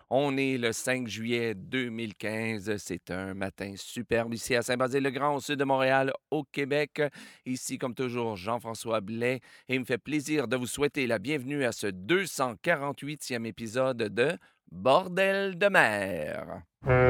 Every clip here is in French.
On est le 5 juillet 2015. C'est un matin superbe ici à Saint-Basile-le-Grand, au sud de Montréal, au Québec. Ici, comme toujours, Jean-François Blais. Et il me fait plaisir de vous souhaiter la bienvenue à ce 248e épisode de Bordel de mer.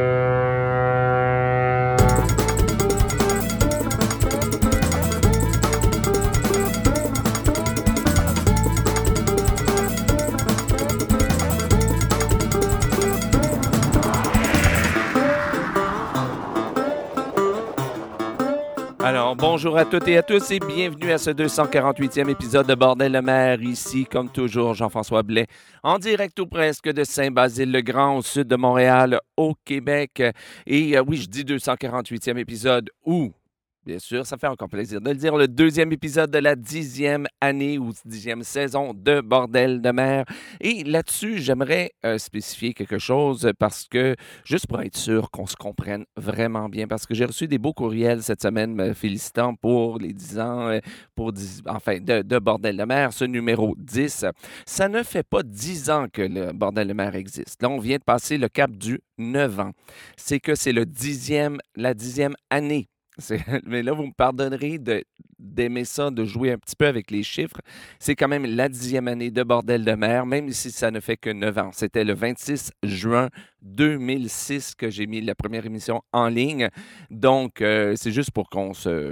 Alors, bonjour à toutes et à tous et bienvenue à ce 248e épisode de Bordel de mer. Ici, comme toujours, Jean-François Blais, en direct ou presque de Saint-Basile-le-Grand, au sud de Montréal, au Québec. Et oui, je dis 248e épisode ou... Bien sûr, ça fait encore plaisir de le dire. Le deuxième épisode de la 10e année ou 10e saison de Bordel de mer. Et là-dessus, j'aimerais spécifier quelque chose parce que, juste pour être sûr qu'on se comprenne vraiment bien, parce que j'ai reçu des beaux courriels cette semaine me félicitant pour les 10 ans, de Bordel de mer, ce numéro 10. Ça ne fait pas 10 ans que le Bordel de mer existe. Là, on vient de passer le cap du 9 ans. C'est que c'est la 10e année. Mais là, vous me pardonnerez d'aimer ça, de jouer un petit peu avec les chiffres. C'est quand même la 10e année de Bordel de mer, même si ça ne fait que 9 ans. C'était le 26 juin 2006 que j'ai mis la première émission en ligne. Donc, c'est juste pour qu'on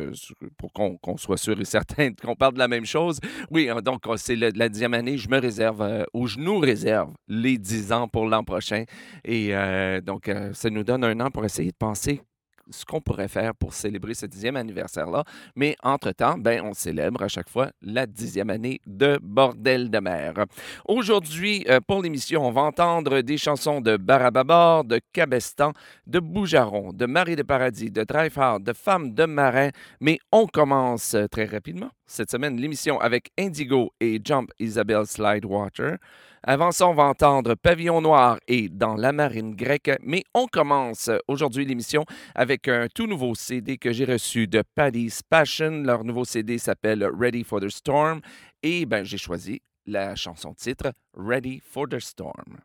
soit sûr et certain qu'on parle de la même chose. Oui, donc c'est la 10e année. Je me réserve, ou je nous réserve les 10 ans pour l'an prochain. Et donc, ça nous donne un an pour essayer de penser ce qu'on pourrait faire pour célébrer ce 10e anniversaire-là. Mais entre-temps, on célèbre à chaque fois la 10e année de Bordel de mer. Aujourd'hui, pour l'émission, on va entendre des chansons de Barababor, de Cabestan, de Boujaron, de Marie de Paradis, de Dreyfus, de Femmes de Marin. Mais on commence très rapidement cette semaine l'émission avec Indigo et Jump Isabel Slidewater. Avant ça, on va entendre Pavillon Noir et Dans la marine grecque. Mais on commence aujourd'hui l'émission avec un tout nouveau CD que j'ai reçu de Paddy's Passion. Leur nouveau CD s'appelle Ready for the Storm. Et j'ai choisi la chanson titre Ready for the Storm.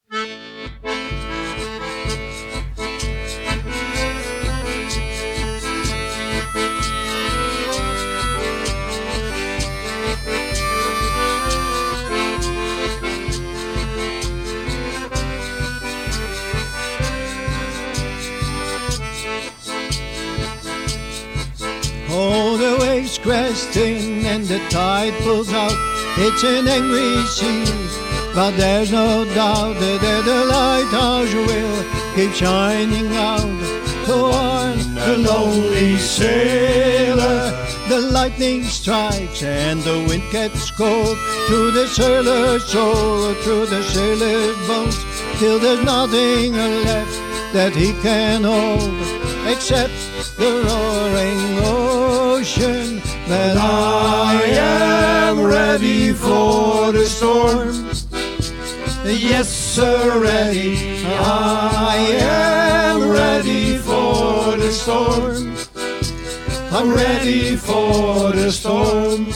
Oh, the waves crest in and the tide pulls out. It's an angry sea, but there's no doubt that the lighthouse will keep shining out to warn the lonely sailor. The lightning strikes and the wind gets cold through the sailor's soul, through the sailor's bones, till there's nothing left that he can hold except the roaring ocean. But I am ready for the storm. Yes, sir, ready. I am ready for the storm. I'm ready for the storm.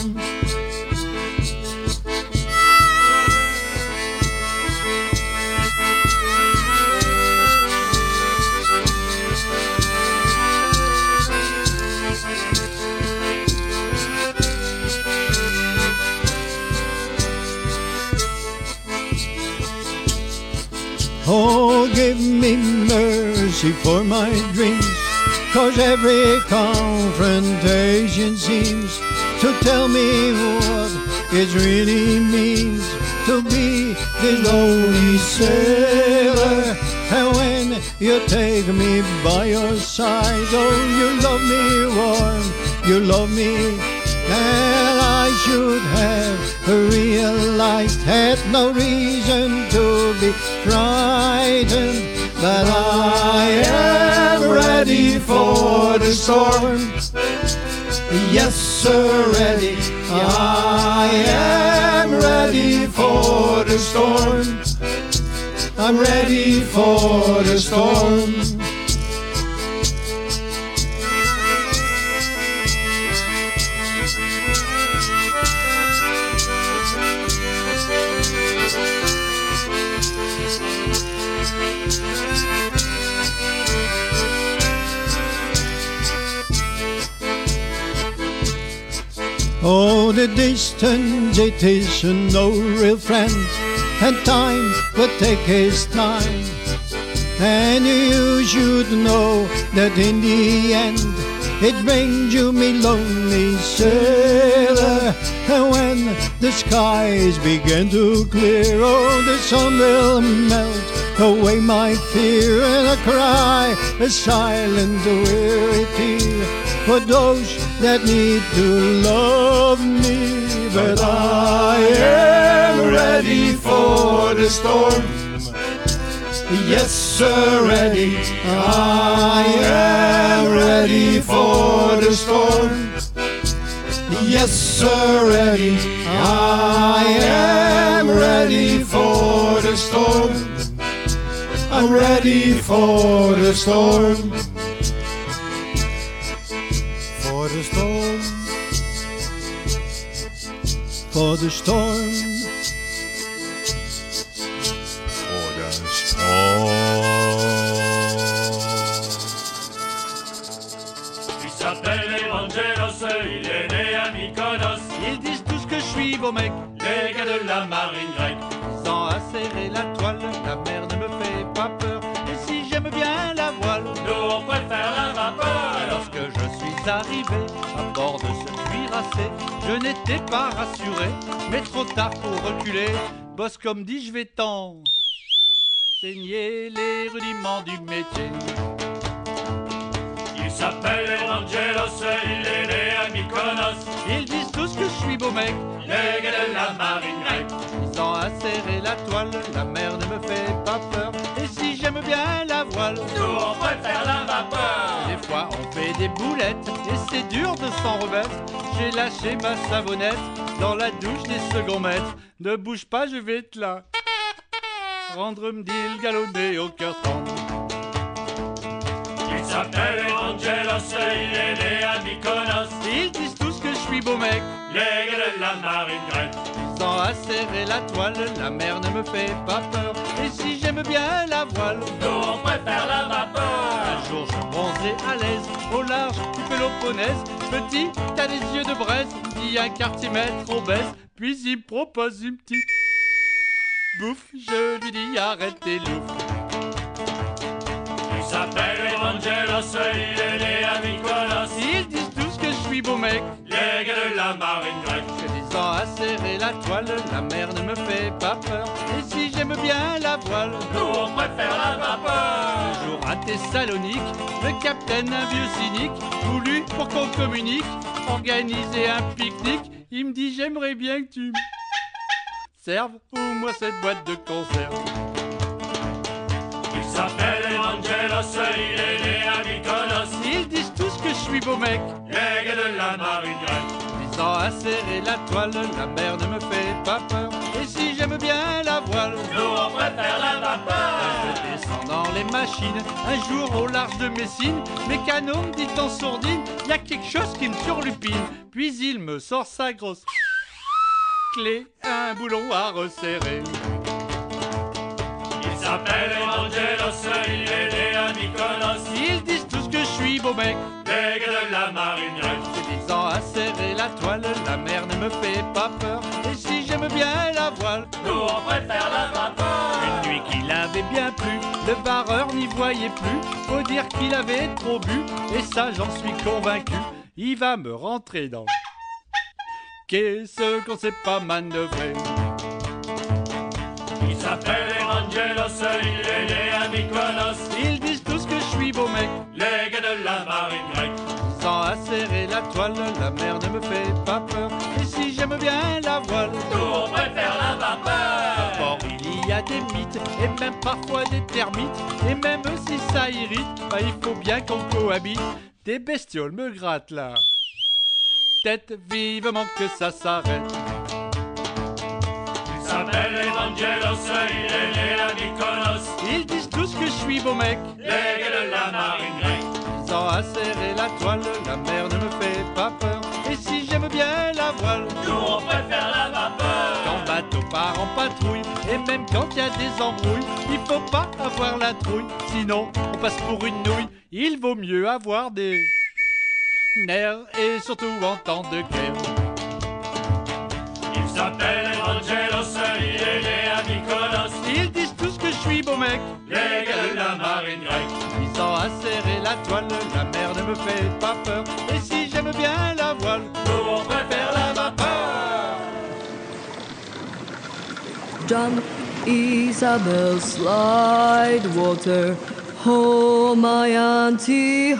Oh, give me mercy for my dreams, 'cause every confrontation seems to tell me what it really means to be this lonely sailor. And when you take me by your side, oh, you love me warm, you love me. And I should have realized, had no reason to be frightened. But I am ready for the storm. Yes, sir, ready. I am ready for the storm. I'm ready for the storm. Oh, the distance, it is no real friend, and time will take his time. And you should know that in the end, it brings you me lonely sailor. And when the skies begin to clear, oh, the sun will melt away my fear, and I cry a silent weary tear for those that need to love me. But I am ready for the storm. Yes, sir, ready. I am ready for the storm. Yes, sir, ready. I am ready for the storm. I'm ready for the storm. For the storm. For the storm. Il s'appelle Evangelos, il est né à Mykonos. Ils disent tous que je suis beau mec, Les gars de la marine grecque. ils ont acéré la toile, la mer ne me fait pas peur. Et si j'aime bien la voile, Nous on préfère la vapeur. lorsque je suis arrivé à bord de ce cuirassé, je n'étais pas rassuré, mais trop tard pour reculer. Boss comme dit, je vais t'en saigner les rudiments du métier. Il s'appelle Evangelos, il est né à Mykonos. Ils disent tous que je suis beau mec, Les gars de la marine grecque. ils ont acéré la toile, la mer ne me fait pas peur. Et si j'aime bien la voile, Nous on préfère la vapeur. des fois on fait des boulettes et c'est dur de s'en remettre. J'ai lâché ma savonnette dans la douche des seconds maîtres. Ne bouge pas, je vais te là rendre me dit le galonné au cœur tendre. Il s'appelle Evangelos, il est né à Mykonos. Ils disent tous que je suis beau mec, Les gars de la marine grecque. ils ont acéré la toile, la mer ne me fait pas peur. Et si j'aime bien la voile, Nous on préfère la vapeur. un jour je bronzais à l'aise au large du Péloponnèse. Petit, t'as des yeux de braise, dit un quartier-maître obèse. Puis il me propose une petite bouffe, je lui dis arrête tes loups. Il s'appelle Evangelos, il est né à Mykonos. Ils disent tous que je suis beau mec, Les gars de la marine grecque. je les ont acéré la toile, la mer ne me fait pas peur. Et si j'aime bien la voile, Nous on préfère la vapeur. un jour à Thessalonique, le capitaine, un vieux cynique, voulu pour qu'on communique, organiser un pique-nique. Il me dit j'aimerais bien que tu me serves, ouvre-moi cette boîte de conserve. Il s'appelle Evangelos, il est né à Mykonos. Ils disent tous que je suis beau mec, Les gars de la marine grecque. ils ont acéré la toile, la mer ne me fait pas peur. Et si j'aime bien la voile, Nous on préfère la vapeur. je descends dans les machines, un jour au large de Messine. Mes canons me dit en sourdine, y a quelque chose qui me surlupine. Puis il me sort sa grosse clé, un boulon à resserrer. Il s'appelle Evangelos, il est né à Mykonos. Ils disent tous que je suis beau mec, Les gars de la marine grecque. je les ont acéré la toile, la mer ne me fait pas peur. Et si j'aime bien la voile, Nous on préfère la vapeur. une nuit qu'il avait bien plu, le barreur n'y voyait plus. Faut dire qu'il avait trop bu, et ça j'en suis convaincu. Il va me rentrer dans qu'est-ce qu'on sait pas manœuvrer. Il s'appelle Evangelos, il est né à Mykonos. Ils disent tous que je suis beau mec, Les gars de la marine grecque. ils ont acéré la toile, la mer ne me fait pas peur. Et si j'aime bien la voile, Nous on préfère la vapeur. or il y a des mythes, et même parfois des termites. Et même si ça irrite, bah, il faut bien qu'on cohabite. Des bestioles me grattent là, tête vivement que ça s'arrête. Il s'appelle Evangelos, il est né à Mykonos. Ils disent tous que je suis beau mec, Les gars de la marine grecque. ils ont acéré la toile, la mer ne me fait pas peur. Et si j'aime bien la voile, Nous on préfère la vapeur. quand bateau part en patrouille, et même quand il y a des embrouilles, il faut pas avoir la trouille, sinon on passe pour une nouille. Il vaut mieux avoir des nerfs, et surtout en temps de guerre. Il s'appelle Evangelos, il est né à Mykonos. Ils disent tous que je suis beau mec. Les gars de la marine grecque. Visant à serrer la toile, la mer ne me fait pas peur. Et si j'aime bien la voile, Nous on préfère la vapeur. Jump, Isabel, slide water. Ho, my auntie,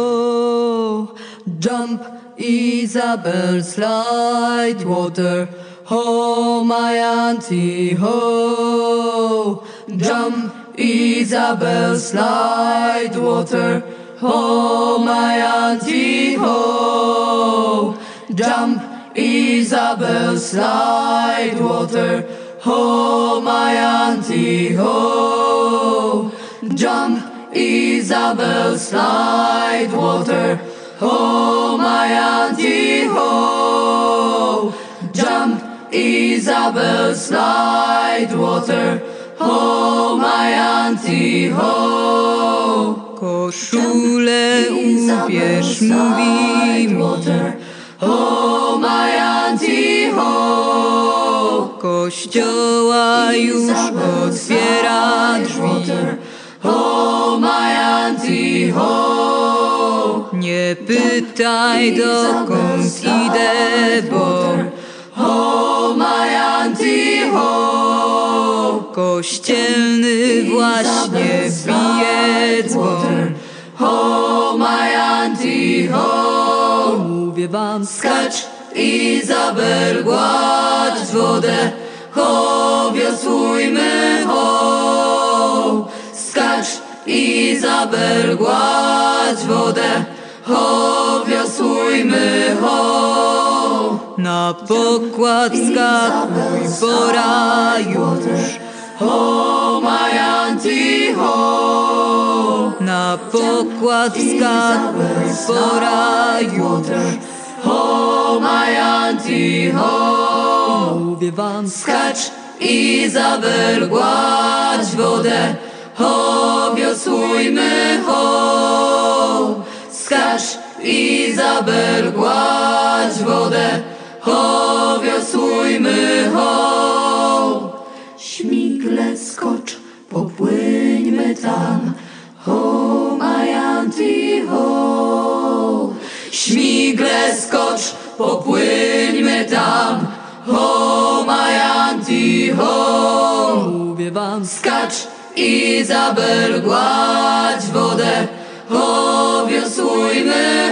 ho. Jump, Isabel, slide water. Ho, my auntie, ho. Jump, Isabel, slide water. Ho, my auntie, ho. Jump, Isabel, slide water. Ho, my auntie, ho. Jump, Isabel, slide water. Ho, my auntie, ho. Jump, Isabel, slide water. Ho, my auntie, ho. Koszulę ubierz, mówi mi. Ho, my auntie, ho. Kościoła już otwiera drzwi. Ho, my auntie, ho. Nie pytaj dokąd idę, bo ho, my auntie, ho. Kościelny właśnie bije dzwon. Ho, my auntie, ho. Mówię wam, skacz, Izabel, gładź wodę. Ho, wiosłujmy, ho. Skacz, Izabel, gładź wodę. Ho, wiosłujmy, ho. Na pokład skakuj, pora już. Ho, my auntie, ho. Na pokład skakuj, pora już. Ho, my auntie, ho. Mówię wam, skacz, Izabel, gładź wodę. Ho, wiosłujmy, ho. Skacz, Izabel, gładź wodę. Ho, wiosłujmy, ho. Śmigle skocz, popłyńmy tam. Ho, my auntie, ho. Śmigle skocz, popłyńmy tam. Ho, my auntie, ho. Mówię wam, skacz, Izabel, gładź wodę. Ho, wiosłujmy,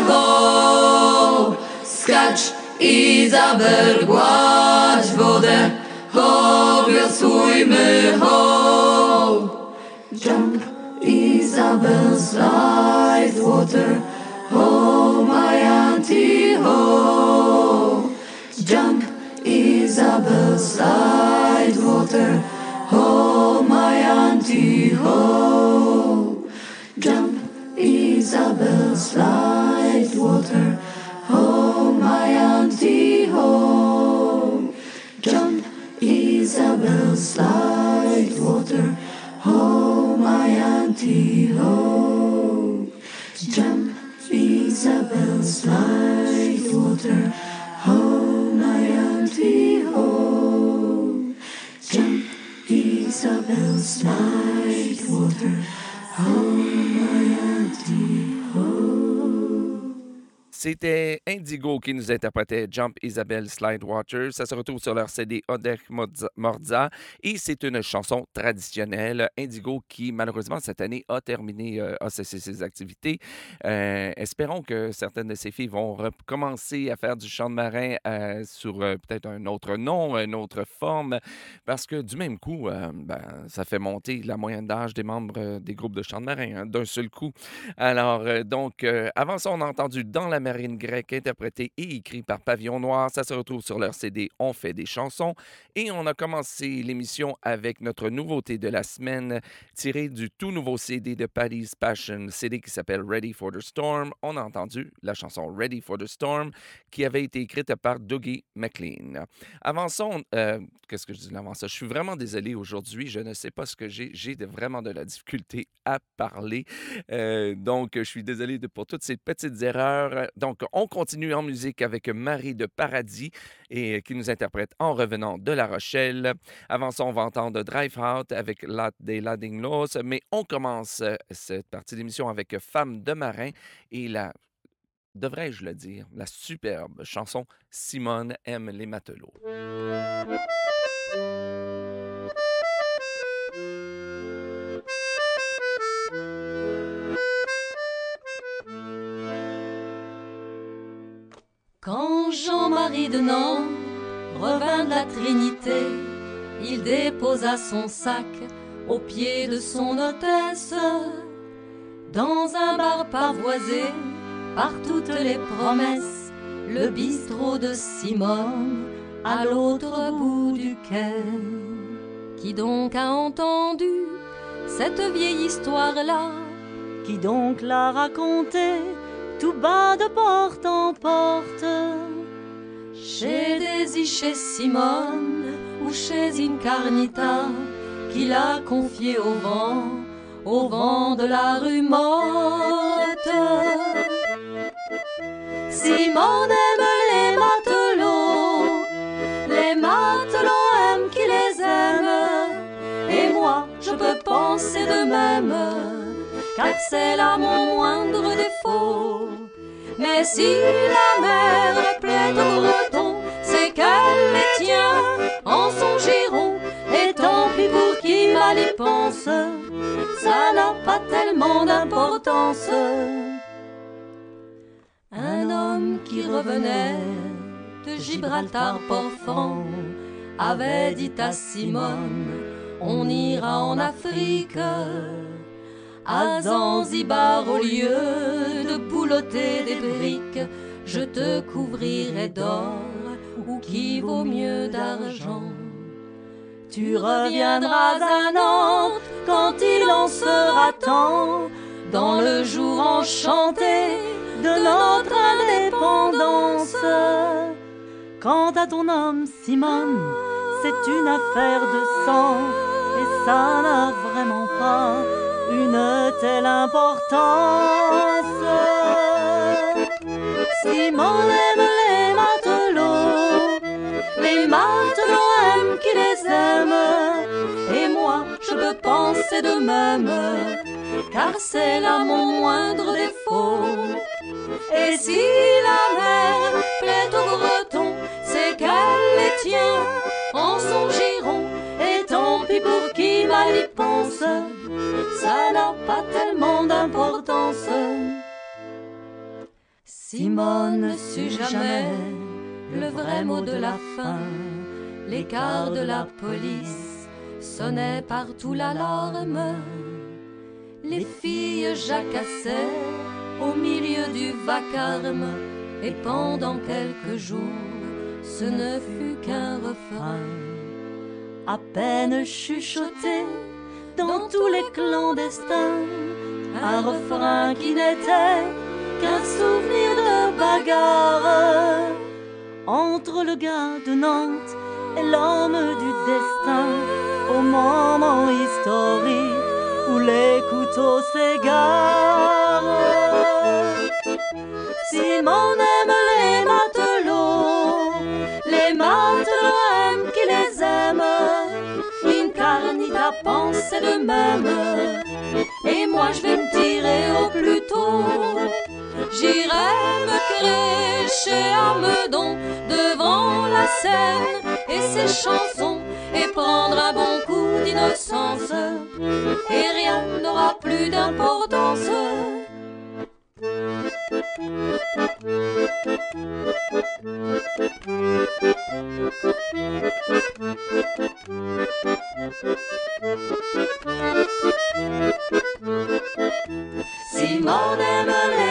ho. Skacz, Izabel, gładź wodę. Ho, wiosłujmy, ho. Jump, Isabel, slide water. Ho, my auntie, ho. Jump, Isabel, slide water. Ho, my auntie, ho. Jump, Isabel, slide water. Ho, my auntie, ho. Jump, Isabel, slide water. Ho, my auntie, ho. Jump, Isabel, slide water. Ho, my auntie, ho. Jump, Isabel, slide water. Ho, my auntie, ho. C'était Indigo qui nous interprétait Jump Isabel Slide Water. Ça se retrouve sur leur CD Odech Morza et c'est une chanson traditionnelle. Indigo qui, malheureusement, cette année a terminé a cessé ses activités. Espérons que certaines de ces filles vont recommencer à faire du chant de marin sur peut-être un autre nom, une autre forme, parce que du même coup, ça fait monter la moyenne d'âge des membres des groupes de chant de marin d'un seul coup. Alors, avant ça, on a entendu Dans la marine grecque, interprété et écrit par Pavillon Noir. Ça se retrouve sur leur CD On fait des chansons. Et on a commencé l'émission avec notre nouveauté de la semaine, tirée du tout nouveau CD de Paddy's Passion, CD qui s'appelle Ready for the Storm. On a entendu la chanson Ready for the Storm, qui avait été écrite par Dougie MacLean. Avant ça, qu'est-ce que je dis avant ça? Je suis vraiment désolé aujourd'hui. Je ne sais pas ce que j'ai. J'ai vraiment de la difficulté à parler. Donc, je suis désolé pour toutes ces petites erreurs. Donc, on continue en musique avec Marie de Paradis et qui nous interprète En revenant de La Rochelle. Avant ça, on va entendre Drive Out avec des Ladinglos. Mais on commence cette partie d'émission avec Femme de marin et devrais-je le dire, la superbe chanson Simone aime les matelots. Quand Jean-Marie de Nantes revint de la Trinité, il déposa son sac au pied de son hôtesse. Dans un bar pavoisé par toutes les promesses, le bistrot de Simone à l'autre bout du quai. Qui donc a entendu cette vieille histoire-là? Qui donc l'a racontée tout bas de porte en porte? Chez Daisy, chez Simone ou chez Incarnita, qui l'a confié au vent de la rue morte. Simone aime les matelots aiment qui les aiment, et moi je peux penser de même, car c'est là mon moindre défaut. Mais si la mer plaît aux Bretons, c'est qu'elle les tient en son giron, et tant pis pour qui mal y pense, ça n'a pas tellement d'importance. Un homme qui revenait de Gibraltar-Port-Franc avait dit à Simone, on ira en Afrique, à Zanzibar au lieu de boulotter des briques, je te couvrirai d'or ou qui vaut mieux d'argent. Tu reviendras à Nantes quand il en sera temps, dans le jour enchanté de notre indépendance. Quant à ton homme, Simone, c'est une affaire de sang, et ça n'a vraiment pas une telle importance. Simone aime les matelots aiment qui les aiment, et moi je peux penser de même, car c'est là mon moindre défaut. Et si la mer plaît aux Bretons, c'est qu'elle les tient en son giron, et tant pis pour qui mal y pense, ça n'a pas tellement d'importance. Simone ne sut jamais le vrai mot de la fin, l'écart de la police sonnait partout l'alarme. Les filles jacassaient au milieu du vacarme, et pendant quelques jours ce ne fut qu'un refrain à peine chuchoté dans tous les clandestins, un refrain qui n'était qu'un souvenir de bagarre entre le gars de Nantes et l'homme du destin, au moment historique où les couteaux s'égarent. Simone aime les matelots aiment qui les aiment, Incarnita pensait de même, et moi je vais me tirer au plus tôt. J'irai me crécher à Meudon devant la Seine et ses chansons, et prendre un bon coup d'innocence, et rien n'aura plus d'importance. Simone aime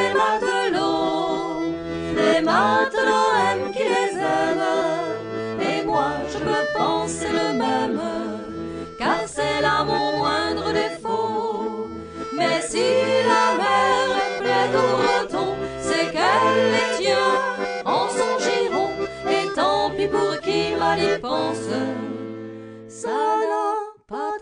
les matelots aiment qui les aiment, et moi je peux penser le même, car c'est là mon moindre défaut. Mais si la mer plaît aux Bretons, c'est qu'elle les tient en son giron, et tant pis pour qui mal y pense, ça n'a pas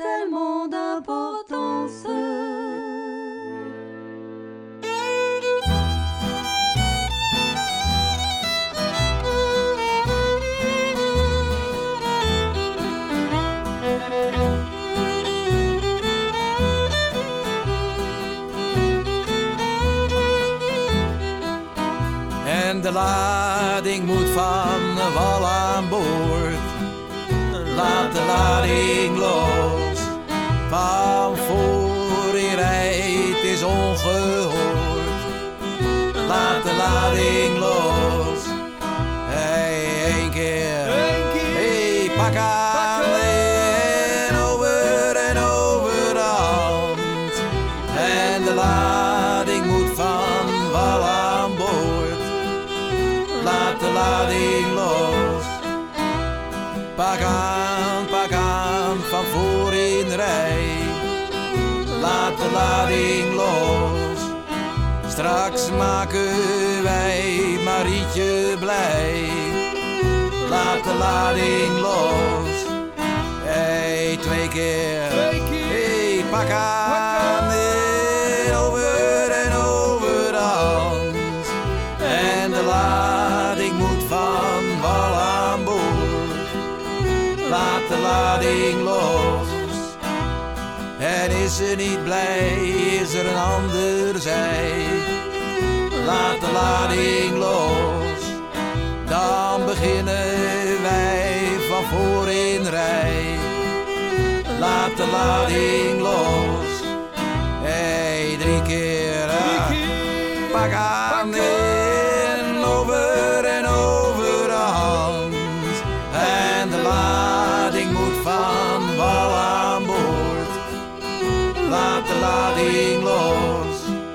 de lading moet van wal aan boord. Laat de lading los. Van voor in rijdt is ongehoord. Laat de lading los. Hey, één keer. Hey, pak aan en over de hand. En de lading moet van wal aan boord. Laat de lading los. Pak aan van voor in rij. Laat de lading los. Straks maken wij Marietje blij. Laat de lading los. Hey, twee keer. Hey, pak aan en over de hand. En de lading moet van wal aan boord. Laat de lading los. En is ze niet blij, is er een ander zij. Laat de lading los. Dan beginnen wij van voor in rij. Laat de lading los. Hey, drie keer. Pak aan en over de hand. En de lading moet van wal aan boord. Laat de lading los.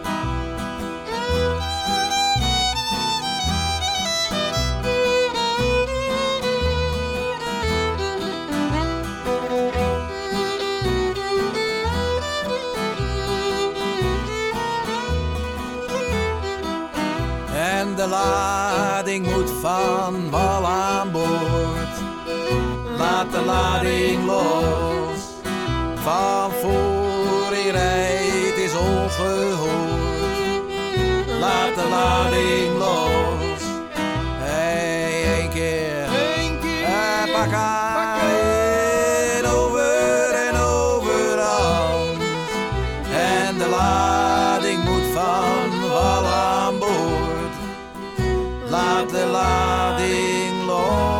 En de lading moet van wal aan boord. Laat de lading los. Van voor in rijdt is ongehoord. Laat de lading los. Hey, één keer. Pak aan en over de hand. En de lading moet van wal aan boord. Laat de lading los.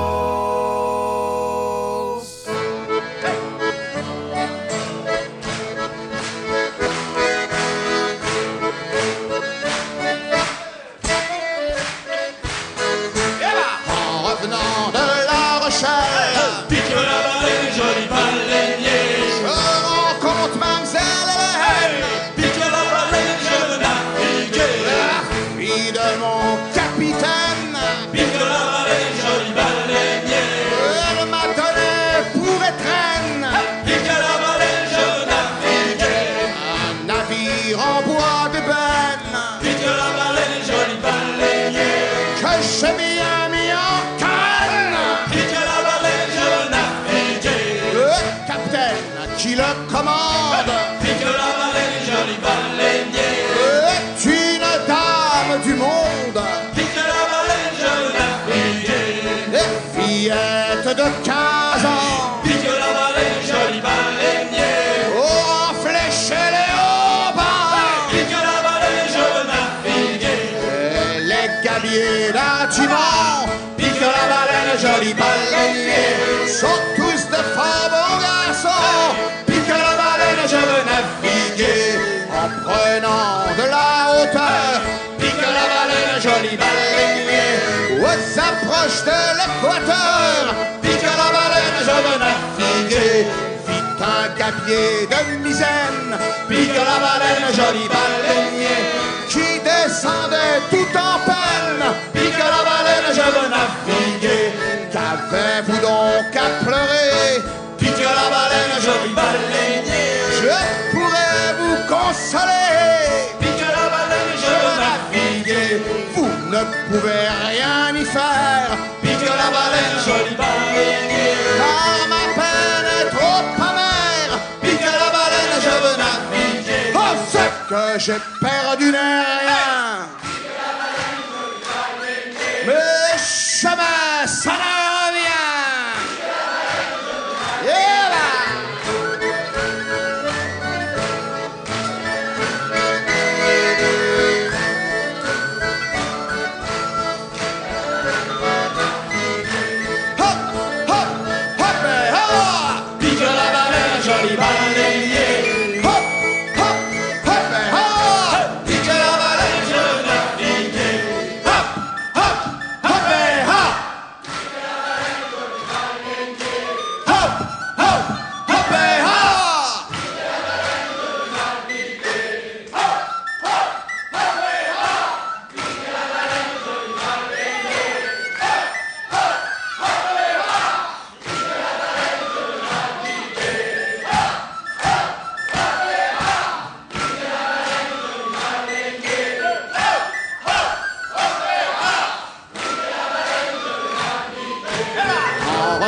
Pique la baleine, joli baleinier. Je rencontre Mamselle Hélène. Pique la baleine, je veux naviguer. La fille de mon capitaine. Pique la baleine, joli baleinier. Elle m'a donné pour étrenne Pique la baleine, je veux naviguer. un navire en bois d'ébène Pique la baleine, joli baleinier. que j'ai bien mis en canne. Pique la baleine, je veux naviguer. Le capitaine qui le commande Pique la baleine, joli baleinier. est une dame du monde. Pique la baleine, je veux naviguer. Les fillettes de 15 ans Pique la baleine, joli baleinier. auront fléché les haubans. Pique la baleine, je veux naviguer. Et les gabiers bâtiments piquent la baleine, joli baleinier. Sont tous de forts bons garçons. Pique la baleine, je veux naviguer. En prenant de la hauteur. Pique la baleine, joli baleinier. Aux approches de l'équateur. Pique la baleine, je veux naviguer. Vite un gabier de misaine. Pique la baleine, joli baleinier. Qui descendait tout en peine. Pique la baleine, je veux naviguer. Qu'avez-vous donc à pleurer? Pique la baleine, joli baleinier. Je pourrais vous consoler. Pique la baleine, je veux naviguer. Vous ne pouvez rien y faire. Pique la baleine, joli baleinier. Car ma peine est trop amère. Pique la baleine, je veux naviguer. Oh, ce que j'ai perdu n'est rien. Mais jamais ça ne revient. Yeah,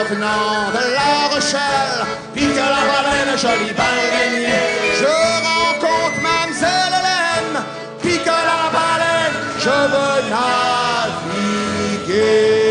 revenant de La Rochelle, pique la baleine, joli baleinier. Je rencontre Mamselle Hélène, pique la baleine, je veux naviguer.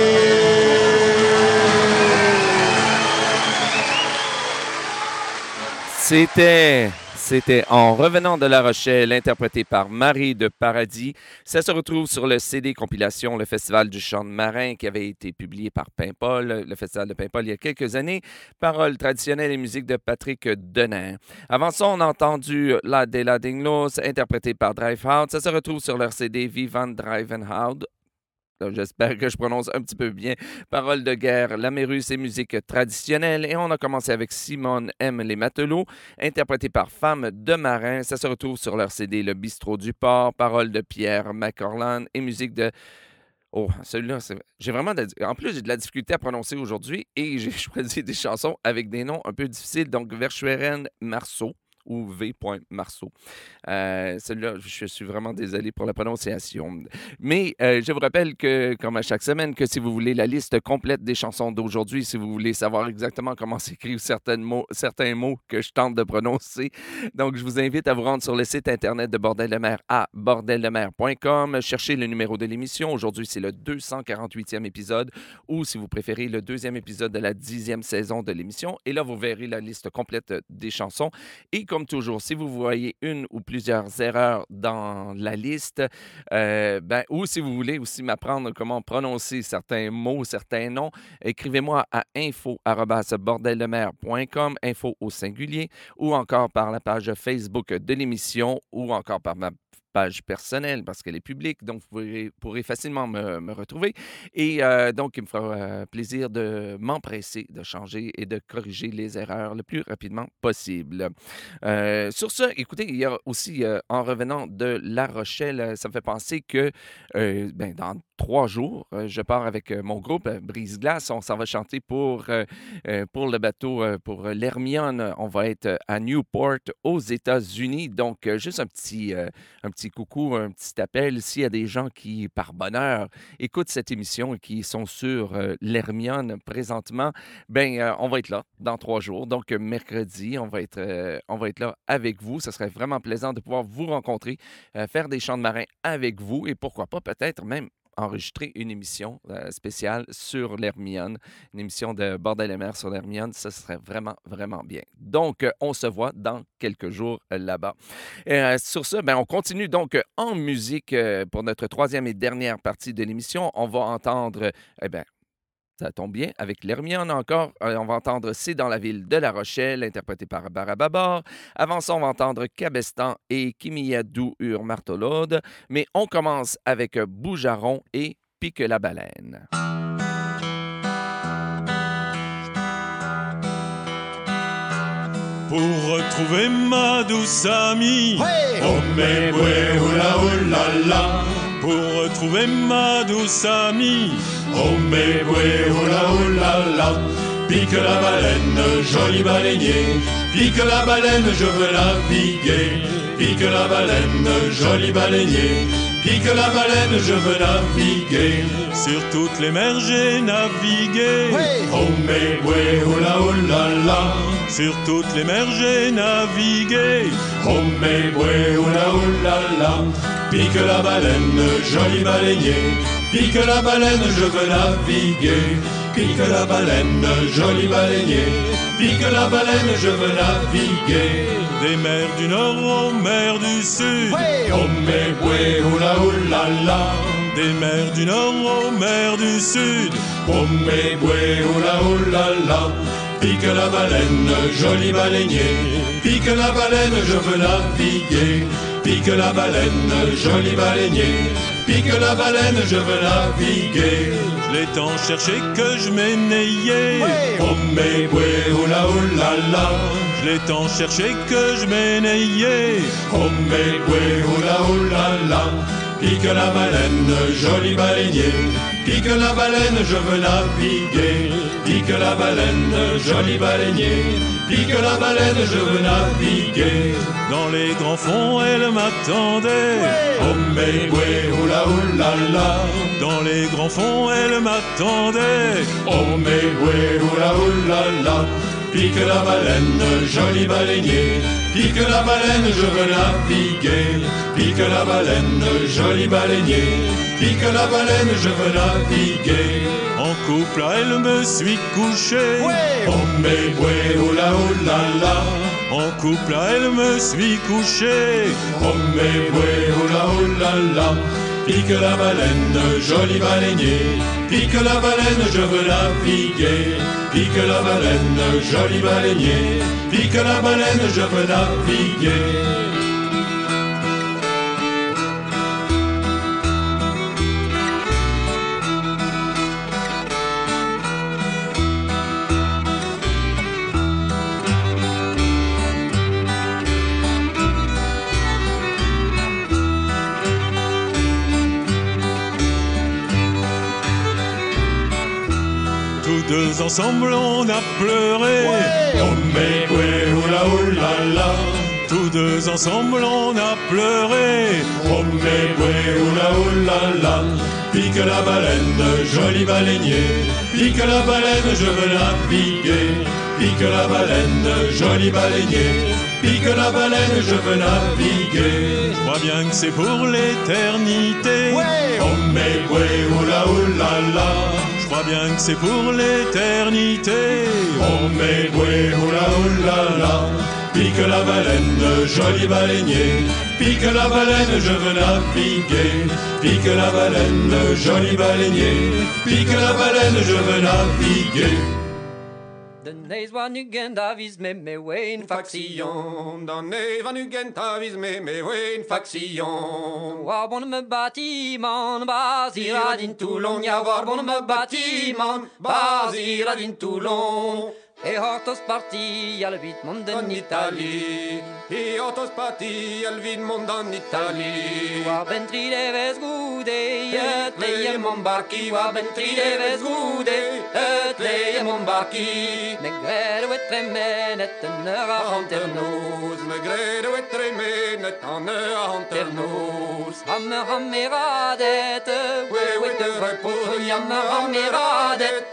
C'était En revenant de La Rochelle, interprété par Marie de Paradis. Ça se retrouve sur le CD compilation Le Festival du chant de marin qui avait été publié par Paimpol, le Festival de Paimpol il y a quelques années. Paroles traditionnelles et musique de Patrick Denain. Avant ça, on a entendu La de la Dinglos, interprété par Drivehout. Ça se retrouve sur leur CD Vivant Drivenhout. J'espère que je prononce un petit peu bien. Paroles de guerre, l'Amérus et musique traditionnelle. Et on a commencé avec Simone aime les matelots, interprété par Femme de marin. Ça se retrouve sur leur CD Le Bistrot du Port. Paroles de Pierre McCorland et musique de... Oh, celui-là, j'ai vraiment... En plus, j'ai de la difficulté à prononcer aujourd'hui et j'ai choisi des chansons avec des noms un peu difficiles. Donc, Verschueren Marceau. Ou V. Marceau. Celui-là, je suis vraiment désolé pour la prononciation. Mais je vous rappelle que, comme à chaque semaine, que si vous voulez la liste complète des chansons d'aujourd'hui, si vous voulez savoir exactement comment s'écrivent certains mots que je tente de prononcer, donc je vous invite à vous rendre sur le site internet de Bordel de mer à bordeldemer.com. Cherchez le numéro de l'émission. Aujourd'hui, c'est le 248e épisode ou, si vous préférez, le 2e épisode de la 10e saison de l'émission. Et là, vous verrez la liste complète des chansons. Et comme toujours, si vous voyez une ou plusieurs erreurs dans la liste, ou si vous voulez aussi m'apprendre comment prononcer certains mots, certains noms, écrivez-moi à info@bordeldemer.com, info au singulier, ou encore par la page Facebook de l'émission, ou encore par ma page personnelle parce qu'elle est publique, donc vous pourrez facilement me retrouver. Et donc, il me fera plaisir de m'empresser de changer et de corriger les erreurs le plus rapidement possible. Sur ce, écoutez, il y a aussi, en revenant de La Rochelle, ça me fait penser que dans 3 jours, je pars avec mon groupe Brise-Glace. On s'en va chanter pour le bateau, pour l'Hermione. On va être à Newport, aux États-Unis. Donc, juste un petit coucou, un petit appel. S'il y a des gens qui, par bonheur, écoutent cette émission et qui sont sur l'Hermione présentement, on va être là dans 3 jours. Donc, mercredi, on va être là avec vous. Ce serait vraiment plaisant de pouvoir vous rencontrer, faire des chants de marin avec vous et pourquoi pas peut-être même enregistrer une émission spéciale sur l'Hermione, une émission de Bordel et mer sur l'Hermione. Ça serait vraiment, vraiment bien. Donc, on se voit dans quelques jours là-bas. Sur ce, on continue donc en musique pour notre 3e et dernière partie de l'émission. On va entendre, ça tombe bien, avec l'Hermione encore. On va entendre C'est dans la ville de La Rochelle, interprété par Barababar. Avant ça, on va entendre Cabestan et Kimiyadou Ur Martolode. Mais on commence avec Boujaron et Pique la baleine. Pour retrouver ma douce amie, Hey! oh mais ouais, oula oula la. Pour retrouver ma douce amie, oh mais ouais, oula oula la. Pique la baleine, joli baleinier, pique la baleine, je veux naviguer. Pique la baleine, joli baleinier, pique la baleine, je veux naviguer. Sur toutes les mers j'ai navigué, Hey! oh mais ouais, oula oula la. Sur toutes les mers j'ai navigué, oh mais ouais, oula oula la. Pique la baleine, joli baleinier, pique la baleine, je veux naviguer. Pique la baleine, joli baleinier, pique la baleine, je veux naviguer. Des mers du nord aux mers du sud, Hey! oh mais ouais, oula oula la. Des mers du nord aux mers du sud, oh mais ouais, oula oula la. Pique la baleine, joli baleinier, pique la baleine, je veux naviguer. Pique la baleine, joli baleinier, pique la baleine, je veux naviguer. Je l'ai tant cherché que je m'énayais, Hey! oh mais ouais, oula oula la. Je l'ai tant cherché que je m'énayais, oh mais ouais, oula oula la. Pique la baleine, joli baleinier, pique la baleine, je veux naviguer. Pique la baleine, joli baleinier, pique la baleine, je veux naviguer. Dans les grands fonds, elle m'attendait. Oh mais ouais, oula oula la. Dans les grands fonds, elle m'attendait. Oh mais ouais, oula oula la. Pique la baleine, joli baleinier, pique la baleine, je veux naviguer. Pique la baleine, joli baleinier, pique la baleine, je veux naviguer. En couple, elle me suis couché. Oh mais ouais, oula oula la. En couple, elle me suis couché. Oh mais ouais, oula oula la. Pique la baleine, joli baleinier, pique la baleine, je veux naviguer. Pique la baleine, joli baleinier, pique la baleine, je veux naviguer. Deux ensemble on a pleuré. Oh mais ouais, oula oula la. Tous deux ensemble on a pleuré. Oh mais ouais, oula oula la. Pique la baleine, joli baleinier, pique la baleine, je veux naviguer. Pique la baleine, joli baleinier, pique la baleine, je veux naviguer. Je crois bien que c'est pour l'éternité. Oh mais ouais, oula oula la. Je crois bien que c'est pour l'éternité. Oh mais ouais, oula oula la. Pique la baleine, joli baleinier, pique la baleine, je veux naviguer. Pique la baleine, joli baleinier, pique la baleine, je veux naviguer. Den nees van Ugent avis me wein faction. Dan nee van Ugent avis me wein faction. Waar bon me bâtiment, basira din Toulon. Ja, waar bon me bâtiment, basira din Toulon. E hortos parti al vit mond en Italie. E hortos parti al vit mond en Italie. Waar ben tri deves goede, het leie mon barki. Waar ben tri deves goede, het leie mon barki. Me grede wet tremen et en aan ternoos. Me grede wet tremen et en aan ternoos. Hammer radet, we te repos. Jammer hammer radet,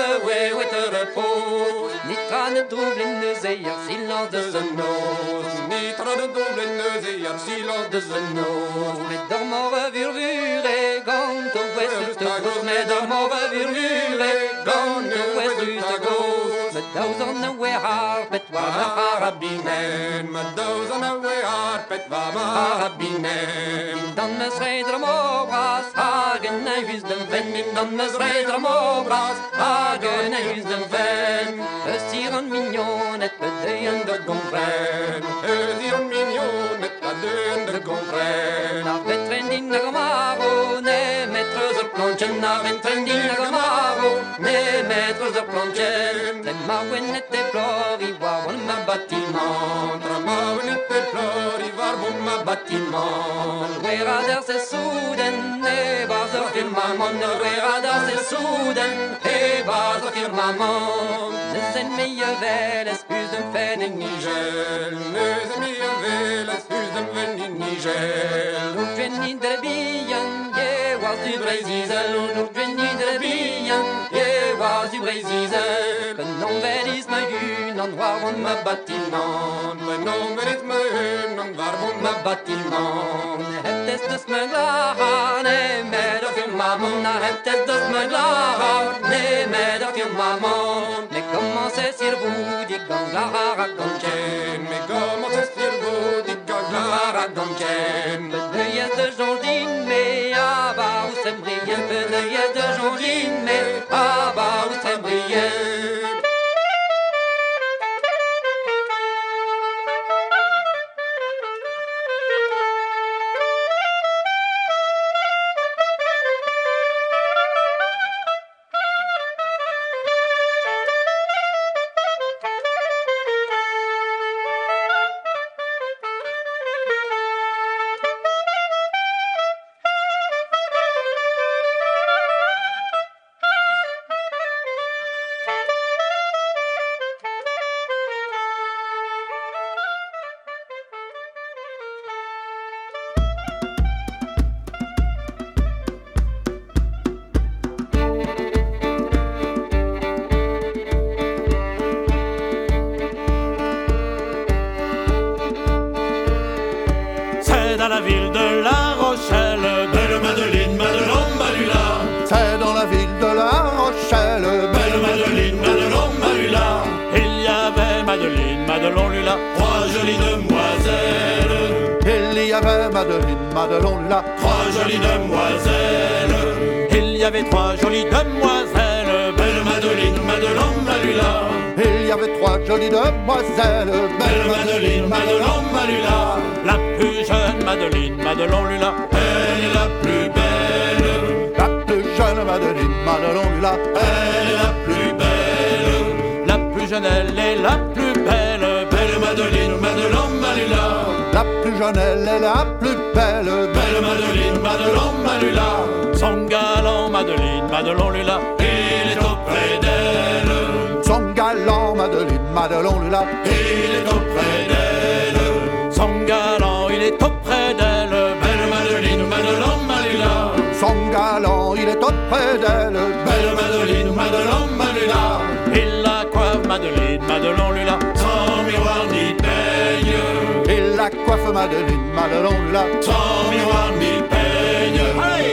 we te repos. Niet aan de double zeer, silence de zenos. Niet aan de double zeer, silence de zenos. Met de morgen vurvure, gant de west de goos. Met de morgen vurvure, gant de west de goos. Met duizend en we haar, pet waar de harabinen. Met duizend en we haar, pet waar de harabinen. Dan me schrijder mobras, hagen en huis den ven. Dan me schrijder mobras, hagen en huis den ven. Siren mignon, et bedeien de comprenne. Siren mignon, et bedeien de comprenne. Na vetren din de gamaro, ne metres er planchen. Na vetren din de gamaro, ne metres er planchen. Ten mawen et te flori, waar bon ma bâtiment. Tra mawen et te flori, waar bon ma bâtiment. Wera der se souden, ne bazer firmament. Wera der se souden, ne bazer firmament. Zijn meie wel eens huis de ven in Nigel. Zijn meie wel eens huis de ven in Nigel. Nous veni de bien, je was du Brésil. Nous veni de bien, je was du Brésil. Que non velis me une endroit où me bâtiment. Que non velis me une endroit où me bâtiment. Het is dus me glaar, nee met de firmament. Het is dus me glaar, nee met de firmament. Comment c'est sur vous, dit Ganglara Ganchen. Mais comment c'est sur vous, dit Ganglara Ganchen. Bedeuilles de Jondine, mais à bas où c'est brillant. Bedeuilles de Jondine, mais à bas où c'est brillant. dans la ville de La Rochelle, belle Madeleine, Madelon, Malula. C'est dans la ville de La Rochelle, belle Madeleine, Madelon, Malula. Il y avait Madeleine, Madelon, Lula, trois jolies demoiselles. il y avait Madeleine, Madelon, Lula, Trois jolies demoiselles. Il y avait trois jolies demoiselles, belle Madeleine, Madelon, Malula. il y avait trois jolies demoiselles, Belle Madeleine, Madelon, Malula. La plus jeune Madeleine, Madelon, Lula, elle est la plus belle. la plus jeune Madeleine, Madelon, Lula, Elle est la plus belle. La plus jeune, elle est la plus belle. Belle Madeleine, Madelon, Malula. la plus jeune, elle est la plus belle, Belle Madeleine, Madelon, Malula. Son galant Madeleine, Madelon, Lula, il est auprès d'elle. son galant Madeleine, Madelon, Lula, Il est auprès d'elle. Son galant, il est auprès d'elle. Belle Madeleine, Madelon, Malula. son galant, il est auprès d'elle, Belle Madeleine, Madelon, Malula. Il la coiffe Madeleine, Madelon, Lula, sans miroir ni peigne. il la coiffe Madeleine, Madelon, Lula, Sans miroir ni peigne. Allez!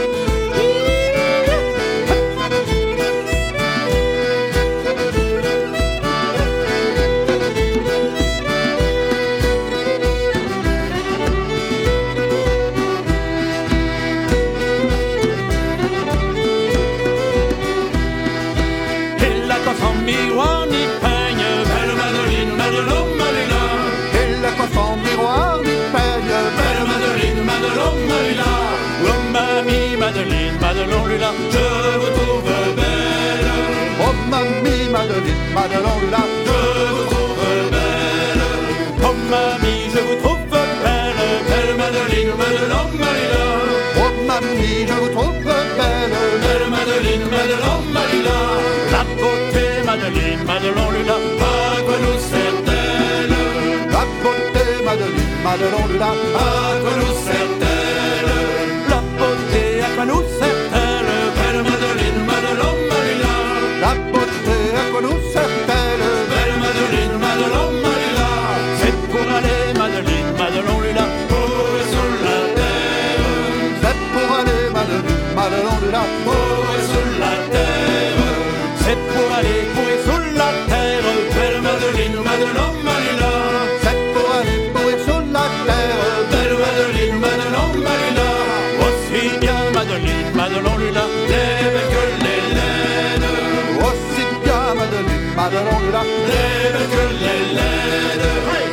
Il la coiffe sans miroir ni peigne. Belle Madeleine, Madelon, Malula. il la coiffe en miroir, ni peigne, Belle Madeleine, Madelon, Malula. Oh mamie, Madeleine, Madelon, Lula, je vous trouve belle. oh mamie Madeleine, Madelon, Lula, Je vous trouve belle. Oh mamie, je vous trouve belle. Belle Madeleine, Madelon, Malula. oh mamie, je vous trouve belle, Belle Madeleine, Madelon, Malula. La beauté, Madeleine, Madelon, Lula, à quoi nous sert-elle? la beauté Madeleine, Madelon, Lula, À quoi nous sert-elle? La beauté, à quoi nous sert-elle? Belle Madeleine, Madelon, Malula. la beauté, à quoi nous sert-elle? Belle Madeleine, Madelon, Malula. C'est pour aller, Madeleine, Madelon, Lula, pour et sous la terre. C'est pour aller Madeleine, Madelon, Lula, Pour et sous la terre. C'est pour aller, pour et sous la terre. Belle Madeleine, Madelon, Malula. c'est pour aller courir sur la terre, Belle Madeleine, Madelon, Malula. Aussi bien Madeleine, Madelon, Lula, les belles que les laines. aussi bien Madeleine, Madelon, Lula, Les belles que les laines. Hey!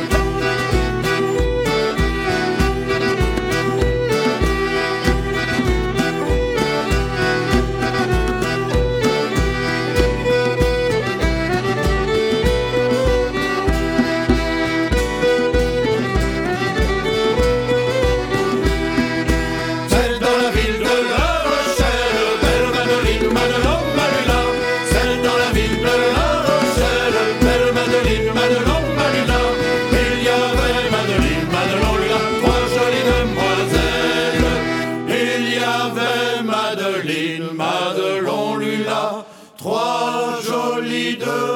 Celle dans la ville de La Rochelle, belle Madeleine, Madelon, Malula. Celle dans la ville de La Rochelle, belle Madeleine, Madelon, Malula. Il y avait Madeleine, Madelon, Lula, trois jolies demoiselles. Il y avait Madeleine, Madelon, Lula, trois jolies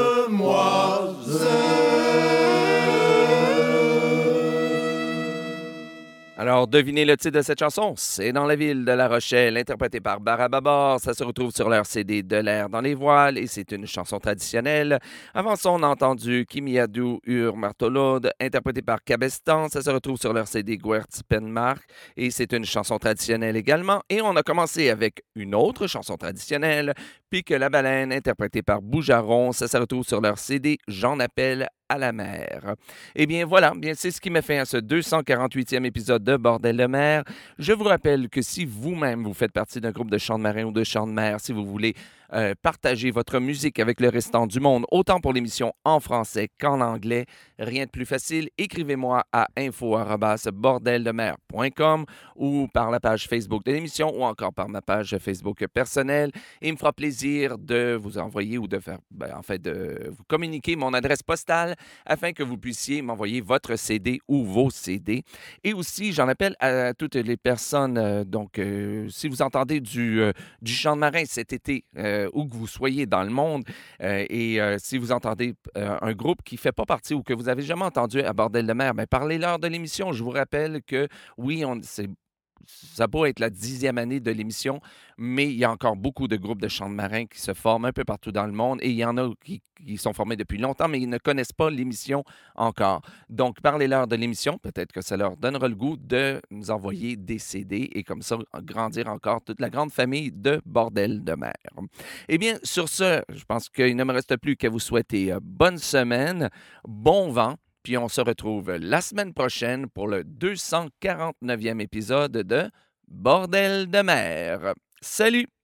demoiselles. Alors, devinez le titre de cette chanson. C'est dans la ville de La Rochelle, interprétée par Barababar. Ça se retrouve sur leur CD De l'air dans les voiles et c'est une chanson traditionnelle. Avant ça, on a entendu Kimiadou Ur Martolod, interprétée par Cabestan. Ça se retrouve sur leur CD Guertz Penmark et c'est une chanson traditionnelle également. Et on a commencé avec une autre chanson traditionnelle, Pique la baleine, interprétée par Boujaron. Ça se retrouve sur leur CD J'en appelle à la mer. Eh bien voilà, bien c'est ce qui m'a fait à ce 248e épisode de Bordel de mer. Je vous rappelle que si vous-même vous faites partie d'un groupe de chants de marin ou de chants de mer, si vous voulez partager votre musique avec le restant du monde, autant pour l'émission en français qu'en anglais, rien de plus facile, écrivez-moi à info@bordeldemer.com ou par la page Facebook de l'émission ou encore par ma page Facebook personnelle. Il me fera plaisir de vous envoyer ou de faire, de vous communiquer mon adresse postale afin que vous puissiez m'envoyer votre CD ou vos CD. Et aussi, j'en appelle à toutes les personnes, si vous entendez du chant de marin cet été, où que vous soyez dans le monde. Si vous entendez un groupe qui ne fait pas partie ou que vous n'avez jamais entendu à Bordel de mer, bien, parlez-leur de l'émission. Je vous rappelle que oui, ça peut être la 10e année de l'émission, mais il y a encore beaucoup de groupes de chants de marins qui se forment un peu partout dans le monde et il y en a qui sont formés depuis longtemps, mais ils ne connaissent pas l'émission encore. Donc, parlez-leur de l'émission. Peut-être que ça leur donnera le goût de nous envoyer des CD et comme ça, grandir encore toute la grande famille de Bordel de mer. Eh bien, sur ce, je pense qu'il ne me reste plus qu'à vous souhaiter bonne semaine, bon vent. Puis on se retrouve la semaine prochaine pour le 249e épisode de Bordel de mer. Salut!